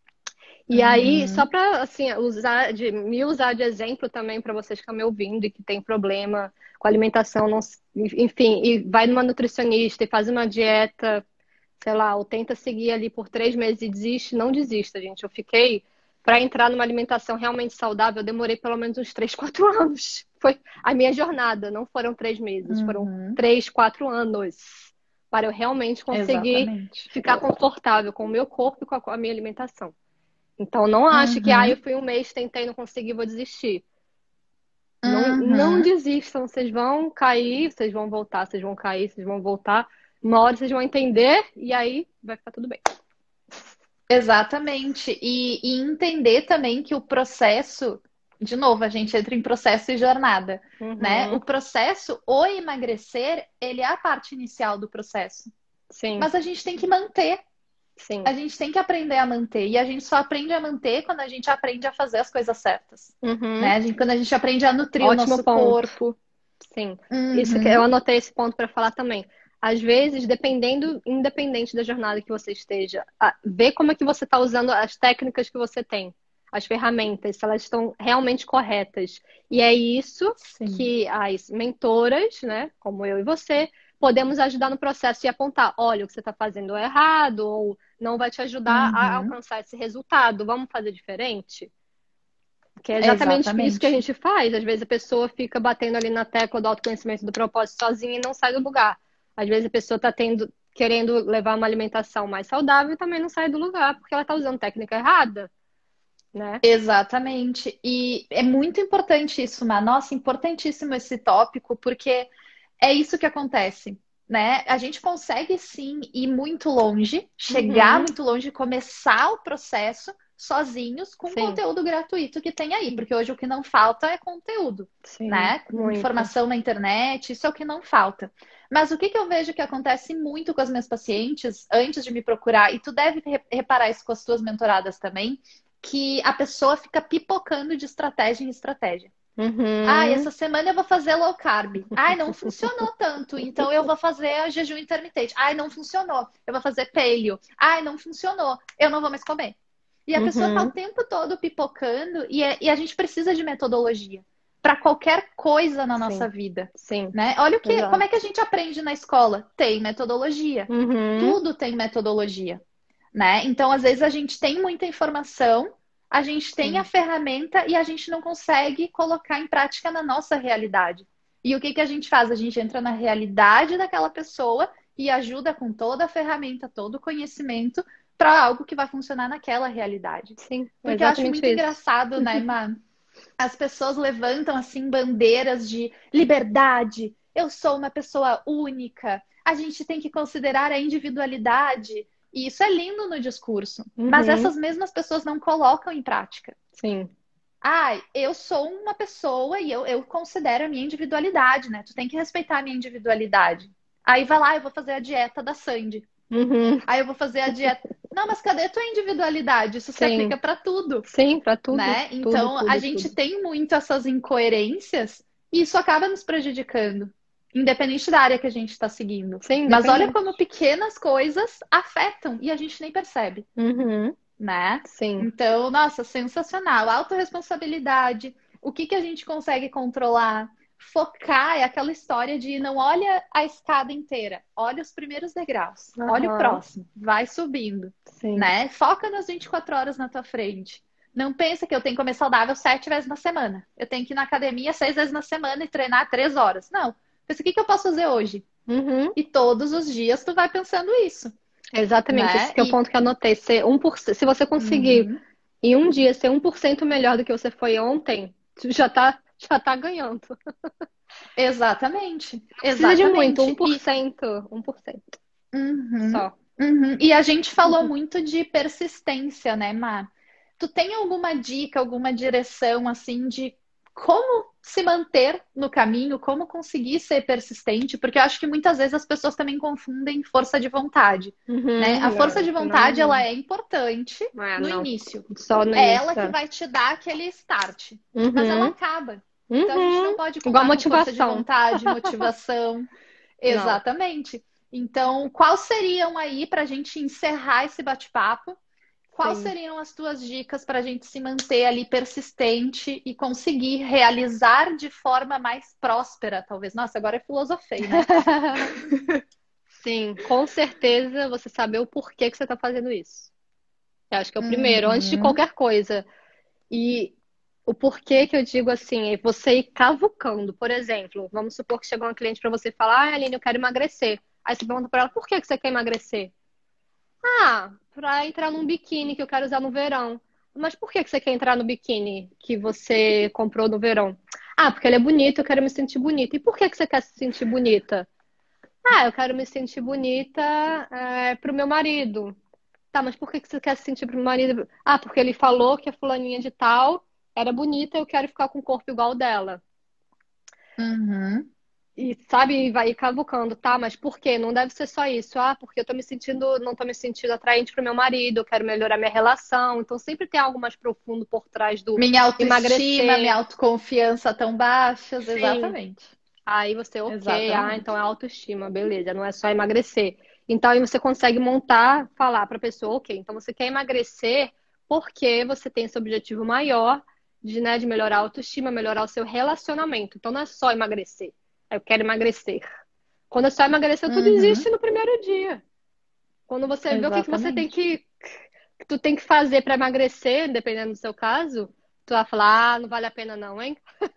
E aí, só Uhum, para assim, usar de me usar de exemplo também para vocês que estão me ouvindo e que tem problema com alimentação, não, enfim, e vai numa nutricionista e faz uma dieta, sei lá, ou tenta seguir ali por três meses e desiste, não desista, gente. Eu fiquei para entrar numa alimentação realmente saudável, eu demorei pelo menos uns três, quatro anos. Foi a minha jornada, não foram três meses, foram uhum, três, quatro anos para eu realmente conseguir exatamente. ficar confortável com o meu corpo e com a com a minha alimentação. Então, não acho que, ah, eu Uhum, fui um mês, tentei, não consegui, vou desistir. Não, não uhum. desistam, vocês vão cair, vocês vão voltar, vocês vão cair, vocês vão voltar. Uma hora vocês vão entender e aí vai ficar tudo bem. Exatamente. E, e entender também que o processo, de novo, a gente entra em processo e jornada, né? O Uhum, processo, o emagrecer, ele é a parte inicial do processo. sim, Mas a gente tem que manter, sim. a gente tem que aprender a manter. E a gente só aprende a manter quando a gente aprende a fazer as coisas certas, Uhum, né? A gente, quando a gente aprende a nutrir o ótimo nosso ponto. corpo. Sim. Isso que eu Uhum, anotei esse ponto para falar também. às vezes, dependendo, independente da jornada que você esteja, a- ver como é que você está usando as técnicas que você tem, as ferramentas, se elas estão realmente corretas. E é isso Sim. que as mentoras, né, como eu e você, podemos ajudar no processo e apontar, olha, o que você está fazendo é errado, ou não vai te ajudar a Uhum. alcançar esse resultado, vamos fazer diferente? Que é exatamente isso que a Exatamente. gente faz. Às vezes a pessoa fica batendo ali na tecla do autoconhecimento do propósito sozinha e não sai do lugar. Às vezes a pessoa está tendo, querendo levar uma alimentação mais saudável e também não sai do lugar, porque ela está usando técnica errada, né? Exatamente. E é muito importante isso, Má. Nossa, importantíssimo esse tópico, porque é isso que acontece, né? A gente consegue sim ir muito longe, chegar Uhum, muito longe, começar o processo sozinhos com sim, conteúdo gratuito que tem aí, porque hoje o que não falta é conteúdo, sim, né? muito. Informação na internet, isso é o que não falta. Mas o que que eu vejo que acontece muito com as minhas pacientes antes de me procurar, e tu deve re- reparar isso com as tuas mentoradas também, que a pessoa fica pipocando de estratégia em estratégia. Ai, Uhum, essa semana eu vou fazer low carb. Ai, não funcionou tanto, então eu vou fazer jejum intermitente. Ai, não funcionou. Eu vou fazer paleo. Ai, não funcionou. Eu não vou mais comer. E a pessoa tá o uhum, tempo todo pipocando e, é- e a gente precisa de metodologia para qualquer coisa na nossa sim, vida, sim, né? Olha o que, como é que a exato. gente aprende na escola? Tem metodologia. Uhum, Tudo tem metodologia, né? Então, às vezes a gente tem muita informação, a gente tem a sim, ferramenta e a gente não consegue colocar em prática na nossa realidade. E o que que a gente faz? A gente entra na realidade daquela pessoa e ajuda com toda a ferramenta, todo o conhecimento para algo que vai funcionar naquela realidade. sim, é Porque eu acho exatamente muito isso. engraçado, né, Má? As pessoas levantam assim bandeiras de liberdade. Eu sou uma pessoa única. A gente tem que considerar a individualidade. E isso é lindo no discurso, mas Uhum, essas mesmas pessoas não colocam em prática. sim. Ah, eu sou uma pessoa e eu, eu considero a minha individualidade, né? Tu tem que respeitar a minha individualidade. Aí vai lá, eu vou fazer a dieta da Sandy. Uhum, Aí eu vou fazer a dieta. Não, mas cadê a tua individualidade? Isso se sim, aplica para tudo, sim, para tudo, né? tudo, Então a tudo, gente tudo. tem muito essas incoerências e isso acaba nos prejudicando, independente da área que a gente está seguindo. Sim, Mas olha independente. como pequenas coisas afetam e a gente nem percebe, Uhum, né? sim, Então, nossa, sensacional. Autorresponsabilidade, o que que a gente consegue controlar? Focar é aquela história de não olha a escada inteira, olha os primeiros degraus, olha o aham, próximo, vai subindo, sim, né? Foca nas vinte e quatro horas na tua frente. Não pensa que eu tenho que comer saudável sete vezes na semana. Eu tenho que ir na academia seis vezes na semana e treinar três horas. Não. Pensa, o que que eu posso fazer hoje? uhum. E todos os dias tu vai pensando isso, Exatamente, esse né? que é o E ponto que eu anotei. Ser um por cento, se você conseguir uhum, em um dia ser um por cento melhor do que você foi ontem, tu já tá, já tá ganhando. exatamente, Não precisa de muito, um exatamente. por E cento, um por cento uhum, só. uhum. E a gente falou muito de persistência, né, Mar? Tu tem alguma dica, alguma direção assim de como se manter no caminho, como conseguir ser persistente? Porque eu acho que muitas vezes as pessoas também confundem força de vontade, né? A Uhum, força não, de vontade, ela não, é importante não é, no não. início. Só no É ela início. que É. vai te dar aquele start, mas ela Uhum, acaba. Então a gente não uhum. pode Igual contar com força de motivação. vontade, motivação. Não, Exatamente. Então, quais seriam aí para a gente encerrar esse bate-papo? Quais sim. seriam as tuas dicas para a gente se manter ali persistente e conseguir realizar de forma mais próspera, talvez? Nossa, agora é filosofei, né? Sim, com certeza você saber o porquê que você está fazendo isso. Eu acho que é o primeiro, antes de Uhum, qualquer coisa. E o porquê que eu digo assim, é você ir cavucando. Por exemplo, vamos supor que chegou uma cliente para você e falar, ah, Aline, eu quero emagrecer. Aí você pergunta para ela, por que que você quer emagrecer? Ah, para entrar num biquíni que eu quero usar no verão. Mas por que que você quer entrar no biquíni que você comprou no verão? Ah, porque ele é bonito, eu quero me sentir bonita. E por que que você quer se sentir bonita? Ah, eu quero me sentir bonita, é, pro meu marido. Tá, mas por que que você quer se sentir pro marido? Ah, porque ele falou que a fulaninha de tal era bonita, eu quero ficar com o corpo igual dela. uhum. E sabe, vai cavucando, tá? Mas por quê? Não deve ser só isso. Ah, porque eu tô me sentindo, não tô me sentindo atraente pro meu marido, eu quero melhorar minha relação. Então sempre tem algo mais profundo por trás do Minha autoestima, minha emagrecer. autoconfiança tão baixas, Sim. exatamente. Aí você, ok, ah, então Exatamente. é autoestima, beleza, não é só emagrecer. Então aí você consegue montar, falar para a pessoa, ok, então você quer emagrecer porque você tem esse objetivo maior de, né, de melhorar a autoestima, melhorar o seu relacionamento. Então não é só emagrecer, eu quero emagrecer. Quando é só emagrecer, tu desiste Uhum, no primeiro dia. Quando você vê o que que você tem exatamente. que, que tu tem que fazer para emagrecer, dependendo do seu caso, tu vai falar, ah, não vale a pena não, hein?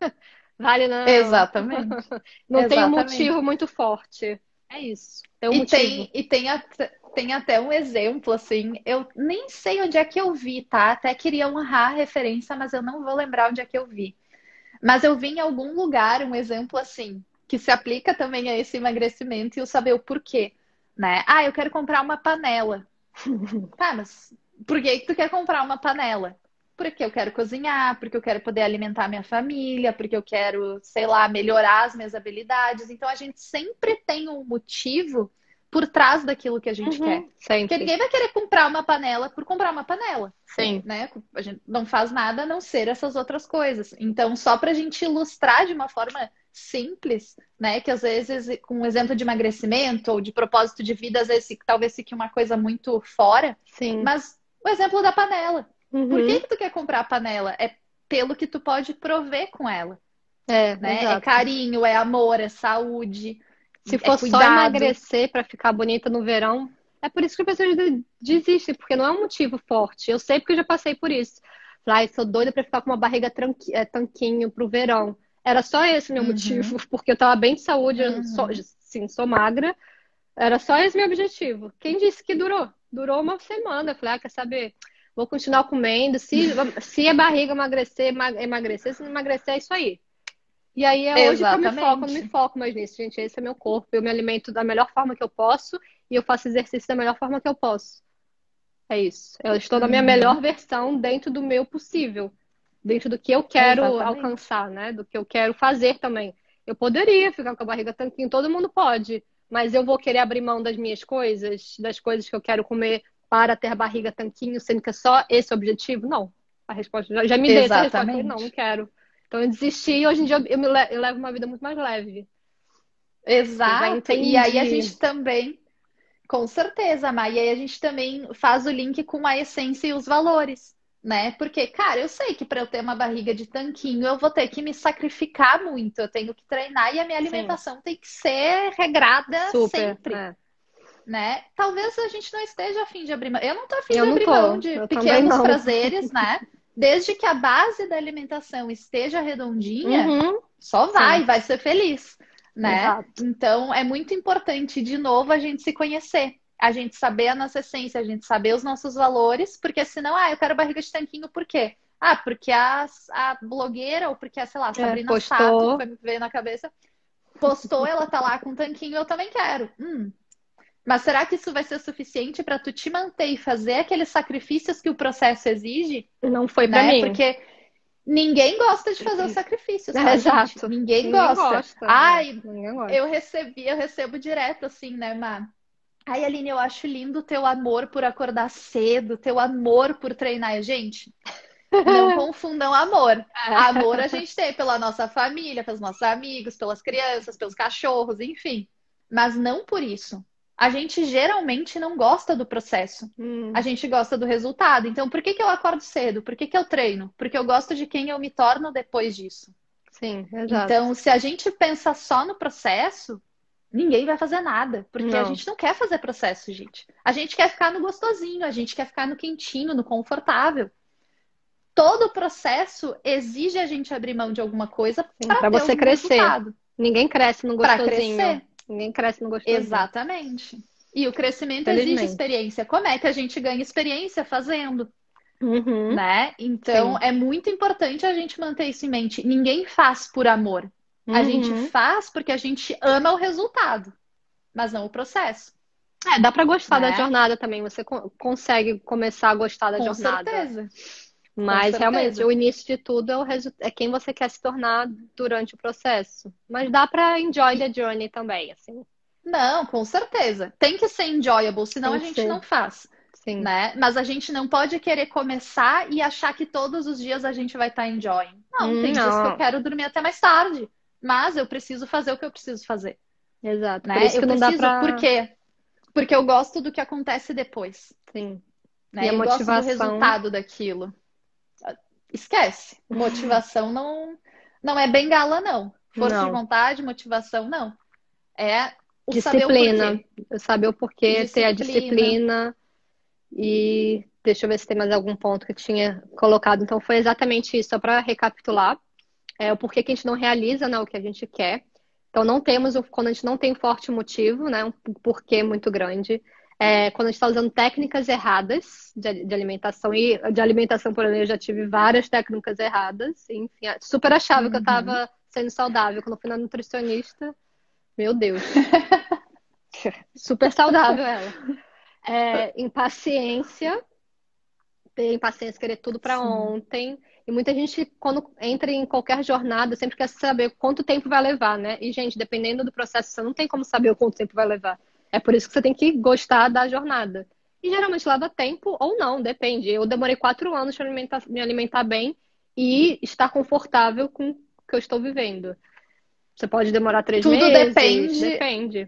Vale não. Exatamente. Não tem um Exatamente. motivo muito forte. É isso. Tem um E motivo. tem, e tem, até, tem até um exemplo, assim, eu nem sei onde é que eu vi, tá? Até queria honrar a referência, mas eu não vou lembrar onde é que eu vi. Mas eu vi em algum lugar um exemplo assim, que se aplica também a esse emagrecimento e o saber o porquê, né? Ah, eu quero comprar uma panela. Tá, mas por que que tu quer comprar uma panela? Porque eu quero cozinhar, porque eu quero poder alimentar minha família, porque eu quero, sei lá, melhorar as minhas habilidades. Então a gente sempre tem um motivo por trás daquilo que a gente quer. Uhum, Porque sempre. ninguém vai querer comprar uma panela por comprar uma panela, Sim. né? A gente não faz nada a não ser essas outras coisas. Então, só para a gente ilustrar de uma forma simples, né? Que às vezes, com um exemplo de emagrecimento ou de propósito de vida, às vezes talvez fique uma coisa muito fora, Sim. mas o exemplo da panela. Por que Uhum. que tu quer comprar a panela? É pelo que tu pode prover com ela, É, né? É exato. carinho, é amor, é saúde, Se é for só cuidado. emagrecer para ficar bonita no verão, é por isso que as pessoas de- desistem, porque não é um motivo forte. Eu sei porque eu já passei por isso. Falei, ai, sou doida para ficar com uma barriga tranqui- é, tanquinho pro verão. Era só esse o meu motivo, Uhum, porque eu tava bem de saúde, eu sou, uhum. sim, sou magra. Era só esse meu objetivo. Quem disse que durou? Durou uma semana. Eu falei, ah, quer saber? Vou continuar comendo. Se, se a barriga emagrecer, ema- emagrecer. Se não emagrecer, é isso aí. E aí é hoje que eu me foco, eu não me Exatamente. foco mais nisso, gente. Esse é meu corpo. Eu me alimento da melhor forma que eu posso e eu faço exercício da melhor forma que eu posso. É isso. Eu estou na minha melhor Uhum, versão dentro do meu possível, dentro do que eu quero exatamente. alcançar, né? Do que eu quero fazer também. Eu poderia ficar com a barriga tanquinho, todo mundo pode, mas eu vou querer abrir mão das minhas coisas, das coisas que eu quero comer para ter a barriga tanquinho, sendo que é só esse o objetivo? Não. A resposta já, já me dei essa resposta. Eu falei, não, não Exatamente. quero. Então eu desisti e hoje em dia eu, eu me le- eu levo uma vida muito mais leve. Eu já Exato. E aí a entendi. gente também, com certeza, Mai, e aí a gente também faz o link com a essência e os valores, né? Porque, cara, eu sei que para eu ter uma barriga de tanquinho, eu vou ter que me sacrificar muito, eu tenho que treinar e a minha Sim, alimentação tem que ser regrada super. sempre, É. né? Talvez a gente não esteja a fim de abrir mão. Eu não tô a fim Eu de não abrir mão tô, de eu também pequenos não. prazeres, né? Desde que a base da alimentação esteja redondinha, Uhum, só sim, vai, vai ser feliz, né? exato. Então é muito importante, de novo, a gente se conhecer. A gente saber a nossa essência, a gente saber os nossos valores, porque senão, ah, eu quero barriga de tanquinho, por quê? Ah, porque a, a blogueira, ou porque, a, sei lá, a É, Sabrina Sato, postou. foi me que veio na cabeça, postou, ela tá lá com um tanquinho, eu também quero. Hum, mas será que isso vai ser suficiente para tu te manter e fazer aqueles sacrifícios que o processo exige, Não foi pra né? mim. Porque ninguém gosta de fazer os sacrifícios, É, tá, gente? exato. Ninguém Ninguém gosta. gosta. É, Ai, ninguém eu gosta. recebi, eu recebo direto assim, né, Má? Ai, Aline, eu acho lindo o teu amor por acordar cedo, teu amor por treinar. Gente, não confundam amor. Amor a gente tem pela nossa família, pelos nossos amigos, pelas crianças, pelos cachorros, enfim. Mas não por isso. A gente geralmente não gosta do processo. A Hum, gente gosta do resultado. Então, por que que eu acordo cedo? Por que que eu treino? Porque eu gosto de quem eu me torno depois disso. sim, exato. Então, se a gente pensa só no processo, ninguém vai fazer nada, porque a Não, gente não quer fazer processo, gente. A gente quer ficar no gostosinho, a gente quer ficar no quentinho, no confortável. Todo o processo exige a gente abrir mão de alguma coisa sim, para pra ter você algum crescer. resultado, Ninguém cresce no para gostosinho. crescer. Ninguém cresce no gostosinho. Exatamente. E o crescimento exige Felizmente. experiência. Como é que a gente ganha experiência fazendo, Uhum, né? Então, sim. é muito importante a gente manter isso em mente. Ninguém faz por amor. A gente Uhum. faz porque a gente ama o resultado, mas não o processo, É, dá pra gostar da né? jornada também. Você co- consegue começar a gostar da Com jornada. certeza, com Mas realmente, certeza. o início de tudo é, o resu- é quem você quer se tornar durante o processo. Mas dá pra enjoy E the journey também, assim. não, com certeza. Tem que ser enjoyable, senão Tem a que gente não ser, faz, sim. né? Mas a gente não pode querer começar e achar que todos os dias a gente vai estar enjoying. Não, Hum, tem dias que eu não, quero dormir até mais tarde, mas eu preciso fazer o que eu preciso fazer, Exato. Por né? isso Eu que não dá preciso, pra. por quê? Porque eu gosto do que acontece depois, Sim. E a né? Eu gosto do motivação. resultado daquilo. Esquece. Motivação não, não é bengala, não. Força de Não. vontade, motivação, não. É o saber o Disciplina. porquê. Eu saber o porquê, ter a Disciplina. disciplina. E deixa eu ver se tem mais algum ponto que eu tinha colocado. Então, foi exatamente isso, só para recapitular. É o porquê que a gente não realiza, né, o que a gente quer. Então, não temos, o- quando a gente não tem um forte motivo, né, um porquê muito grande. É, quando a gente está usando técnicas erradas de, de alimentação, e de alimentação, por exemplo, eu já tive várias técnicas erradas. Enfim, super achava que eu Uhum. estava sendo saudável. Quando eu fui na nutricionista, meu Deus, super saudável ela. É, impaciência, ter impaciência, querer tudo para Sim. ontem. E muita gente, quando entra em qualquer jornada, sempre quer saber quanto tempo vai levar, né? E, gente, dependendo do processo, você não tem como saber o quanto tempo vai levar. É por isso que você tem que gostar da jornada. E geralmente leva tempo ou não, depende. Eu demorei quatro anos para me alimentar, me alimentar bem e estar confortável com o que eu estou vivendo. Você pode demorar três Tudo meses, depende, depende.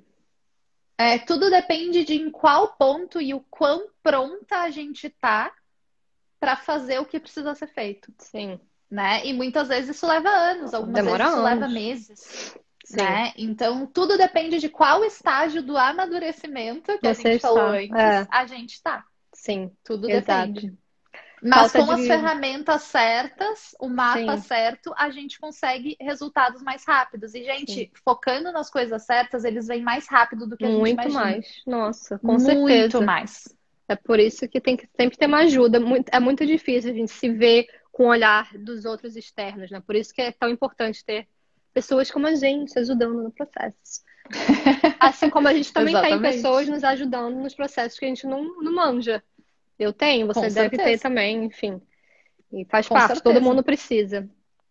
é, tudo depende de em qual ponto e o quão pronta a gente tá para fazer o que precisa ser feito, Sim, né? E muitas vezes isso leva anos, algumas demora vezes isso leva anos. meses, Sim, né? Então, tudo depende de qual estágio do amadurecimento que a você gente falou está. antes, É, a gente tá. sim, Tudo exato. depende. Mas Falta com as de. ferramentas certas, o mapa Sim, certo, a gente consegue resultados mais rápidos. E, sim. gente, focando nas coisas certas, eles vêm mais rápido do que a gente Muito imagina. mais. Nossa, com Muito certeza. mais. É por isso que tem que sempre ter uma ajuda. Muito- É muito difícil a gente se ver com o olhar dos outros externos, né? Por isso que é tão importante ter pessoas como a gente ajudando no processo. Assim como a gente também tem pessoas Exatamente. nos ajudando nos processos que a gente não, não manja. Eu tenho, Com você deve ter certeza. também, enfim. E faz Com parte, todo certeza. mundo precisa.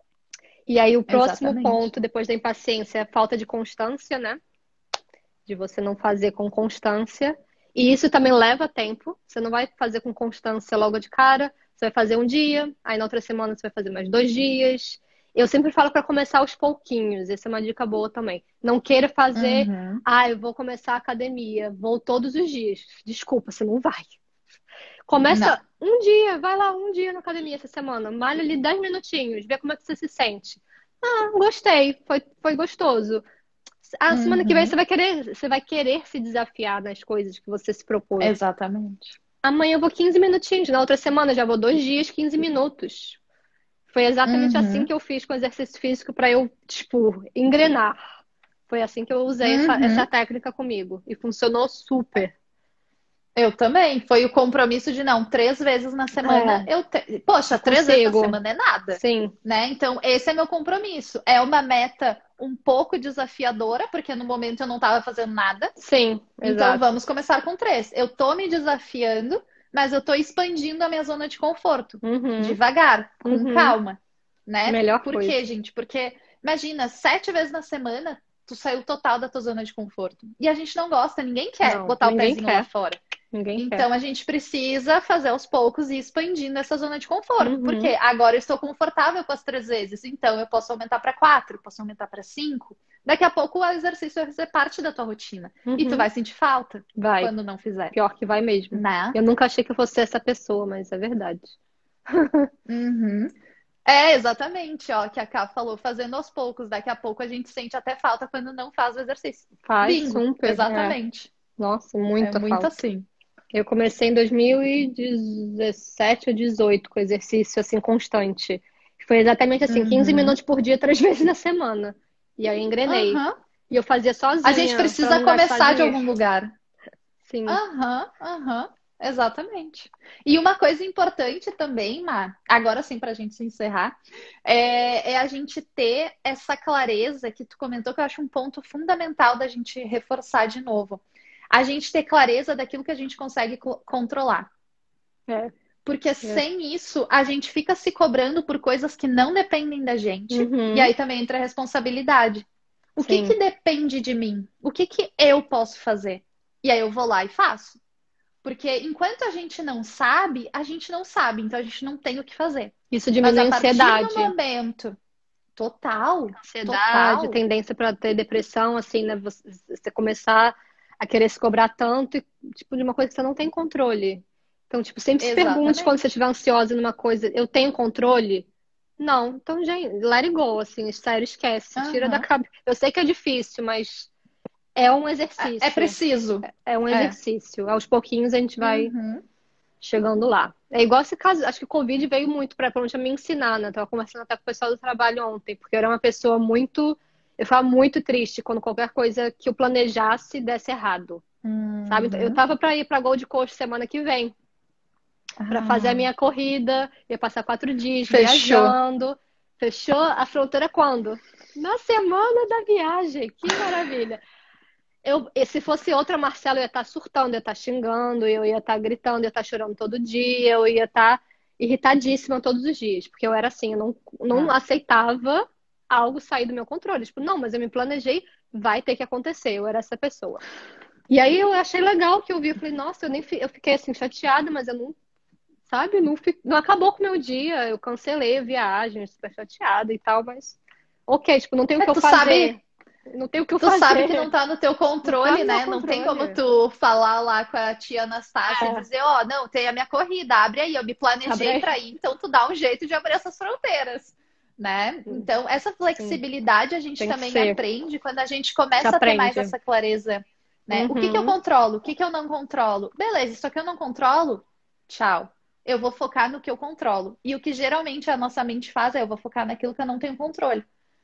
E aí, o próximo Exatamente. ponto, depois da impaciência, é a falta de constância, né? De você não fazer com constância. E isso também leva tempo. Você não vai fazer com constância logo de cara. Você vai fazer um dia, aí na outra semana você vai fazer mais dois dias. Eu sempre falo para começar aos pouquinhos. Essa é uma dica boa também. Não queira fazer, Uhum. ah, eu vou começar a academia, vou todos os dias. Desculpa, você não vai. Não. Começa um dia, vai lá um dia na academia essa semana, malha ali dez minutinhos, vê como é que você se sente. Ah, gostei, foi, foi gostoso. A semana que vem você Uhum. vai querer, você vai querer se desafiar nas coisas que você se propôs. Exatamente. Amanhã eu vou quinze minutinhos, na outra semana eu já vou dois dias, quinze minutos. Foi exatamente assim Uhum. que eu fiz com o exercício físico para eu, tipo, engrenar. Foi assim que eu usei essa, essa Uhum. técnica comigo. E funcionou super. Eu também. Foi o compromisso de não, três vezes na semana É, eu te... Poxa, eu três vezes na consigo. semana é nada, Sim, né? Então, esse é meu compromisso. É uma meta um pouco desafiadora, porque no momento eu não estava fazendo nada. sim, Então, exato. vamos começar com três. Eu tô me desafiando, mas eu tô expandindo a minha zona de conforto, Uhum, devagar, com uhum. calma, né? Melhor Por coisa. quê, gente? Porque imagina, sete vezes na semana tu saiu total da tua zona de conforto. E a gente não gosta, ninguém quer Não, botar o ninguém pezinho lá quer. fora. Ninguém quer. Então a gente precisa fazer aos poucos e ir expandindo essa zona de conforto. Porque Uhum, agora eu estou confortável com as três vezes, então eu posso aumentar para quatro, posso aumentar para cinco. Daqui a pouco o exercício vai fazer parte da tua rotina. E tu uhum. vai sentir falta Vai. quando não fizer, Pior que vai mesmo. né? Eu nunca achei que eu fosse essa pessoa, mas é verdade. Uhum. É, exatamente, ó, que a Ká falou, fazendo aos poucos. Daqui a pouco a gente sente até falta quando não faz o exercício. Faz Bingo, super. É. exatamente. Nossa, É muita muito falta. assim. Eu comecei em dois mil e dezessete ou dezoito com exercício assim constante. Foi exatamente assim, quinze Uhum. minutos por dia, três vezes na semana. E aí eu engrenei. Aham. E eu fazia A gente sozinha, para precisa não gastar começar de dinheiro. algum lugar. Sim. Aham, aham, exatamente. E uma coisa importante também, Mar, agora sim, para a gente se encerrar, é, é a gente ter essa clareza que tu comentou, que eu acho um ponto fundamental da gente reforçar de novo. A gente ter clareza daquilo que a gente consegue co- controlar. É, Porque é. sem isso, a gente fica se cobrando por coisas que não dependem da gente, e Uhum, aí também entra a responsabilidade. O que sim. que depende de mim? O que que eu posso fazer? E aí eu vou lá e faço. Porque enquanto a gente não sabe, a gente não sabe, então a gente não tem o que fazer. Isso Mas diminui a a partir do ansiedade. momento. Total, Ansiedade, total. tendência para ter depressão, assim, né? Você, você começar a querer se cobrar tanto, e, tipo, de uma coisa que você não tem controle. Então, tipo, sempre se pergunte quando você Exatamente. estiver ansiosa numa coisa, eu tenho controle? Não. Então, gente, let it go, assim, sério, esquece, tira da Aham. cabeça. Eu sei que é difícil, mas é um É, é exercício. preciso. É um É. exercício. Aos pouquinhos a gente vai Uhum. chegando lá. É igual esse caso, acho que o Covid veio muito para onde me ensinar, né? Eu tava conversando até com o pessoal do trabalho ontem, porque eu era uma pessoa muito. Eu ficava muito triste quando qualquer coisa que eu planejasse desse errado, sabe? Então, eu Uhum. tava para ir para Gold Coast semana que vem, para fazer a Ah, minha corrida, ia passar quatro dias fechou. viajando. Fechou a fronteira quando? Na semana da viagem. Que maravilha. Eu, e se fosse outra Marcela, eu ia estar surtando, eu ia estar xingando, eu ia estar gritando, eu ia estar chorando todo dia, eu ia estar irritadíssima todos os dias, porque eu era assim, eu não, não Ah. aceitava algo sair do meu controle. Tipo, não, mas eu me planejei, vai ter que acontecer. Eu era essa pessoa. E aí eu achei legal que eu vi, eu falei, nossa, eu nem fi- eu fiquei assim chateada, mas eu não, sabe, não, fi- não acabou com o meu dia. Eu cancelei a viagem, super chateada e tal, mas ok, tipo, não tem o É, que eu tu sabe, fazer. Não tem o que eu tu sabe que não fazer. tá no teu Não tá controle, no meu né? Não tem como controle. tu falar lá com a tia Anastácia e É, dizer, ó, não, tem a minha corrida, abre aí, eu me abre planejei pra aí. ir, então tu dá um jeito de abrir essas fronteiras, né? Hum, Então, essa Sim, flexibilidade a gente tem que também ser. aprende quando a gente Se começa a ter mais aprende. essa clareza, né? O que que eu Uhum, controlo? O que que eu não controlo? Beleza, isso aqui eu não controlo? Tchau. Eu vou focar no que eu controlo. E o que geralmente a nossa mente faz é eu vou focar naquilo que eu não tenho controle.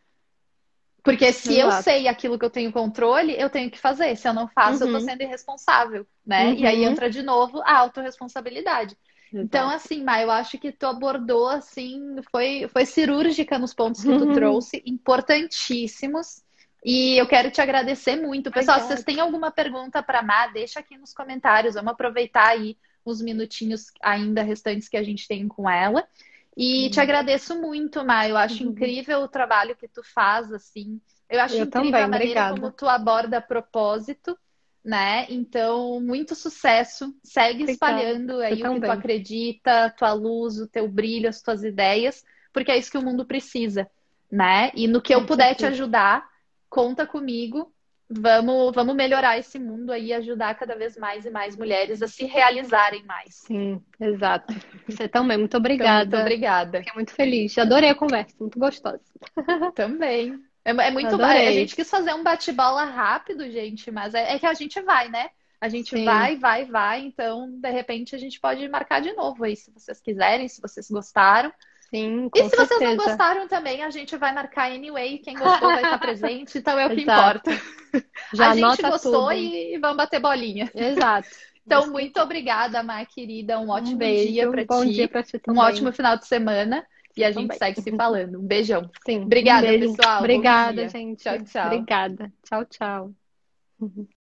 Porque se eu exato. sei aquilo que eu tenho controle, eu tenho que fazer. Se eu não faço, eu tô Uhum, sendo irresponsável, né? E aí uhum, entra de novo a autorresponsabilidade. Então, exato. assim, Mai, eu acho que tu abordou, assim, foi, foi cirúrgica nos pontos que tu trouxe, importantíssimos. E eu quero te agradecer muito. Pessoal, se vocês Obrigada. têm alguma pergunta para a Má, deixa aqui nos comentários. Vamos aproveitar aí os minutinhos ainda restantes que a gente tem com ela. E te Hum. agradeço muito, Mai. Eu acho incrível o trabalho que tu faz, assim. Eu acho Eu incrível também, a maneira como obrigada. tu aborda propósito, né? Então, muito sucesso. Segue Obrigada. espalhando Você aí o que tu também. acredita, tua luz, o teu brilho, as tuas ideias, porque é isso que o mundo precisa, né? E no que eu Com puder te certeza. ajudar, conta comigo. Vamos, vamos melhorar esse mundo aí e ajudar cada vez mais e mais mulheres a se realizarem mais. Sim, exato. Você também. Muito Então, muito obrigada. obrigada. Fiquei muito feliz. Adorei a conversa, muito gostosa. Também. É, é muito. A a Adorei. gente quis fazer um bate-bola rápido, gente, mas é, é que a gente vai, né? A gente Sim, vai, vai, vai. Então, de repente, a gente pode marcar de novo aí, se vocês quiserem, se vocês gostaram. sim, E com se vocês não certeza. gostaram também, a gente vai marcar anyway. Quem gostou vai estar presente, então é o que importa. Exato. A Já gente anota gostou tudo. e vamos bater bolinha. Exato. Então, Isso que muito importa. obrigada, Mar querida. Um Um ótimo dia beijo, para bom dia ti, pra ti um também. ótimo final de semana e Você a gente também. segue se falando. Um beijão. Sim, um Obrigada, beijo. pessoal. Bom Obrigada, dia. gente. Tchau, tchau. Obrigada. Tchau, tchau.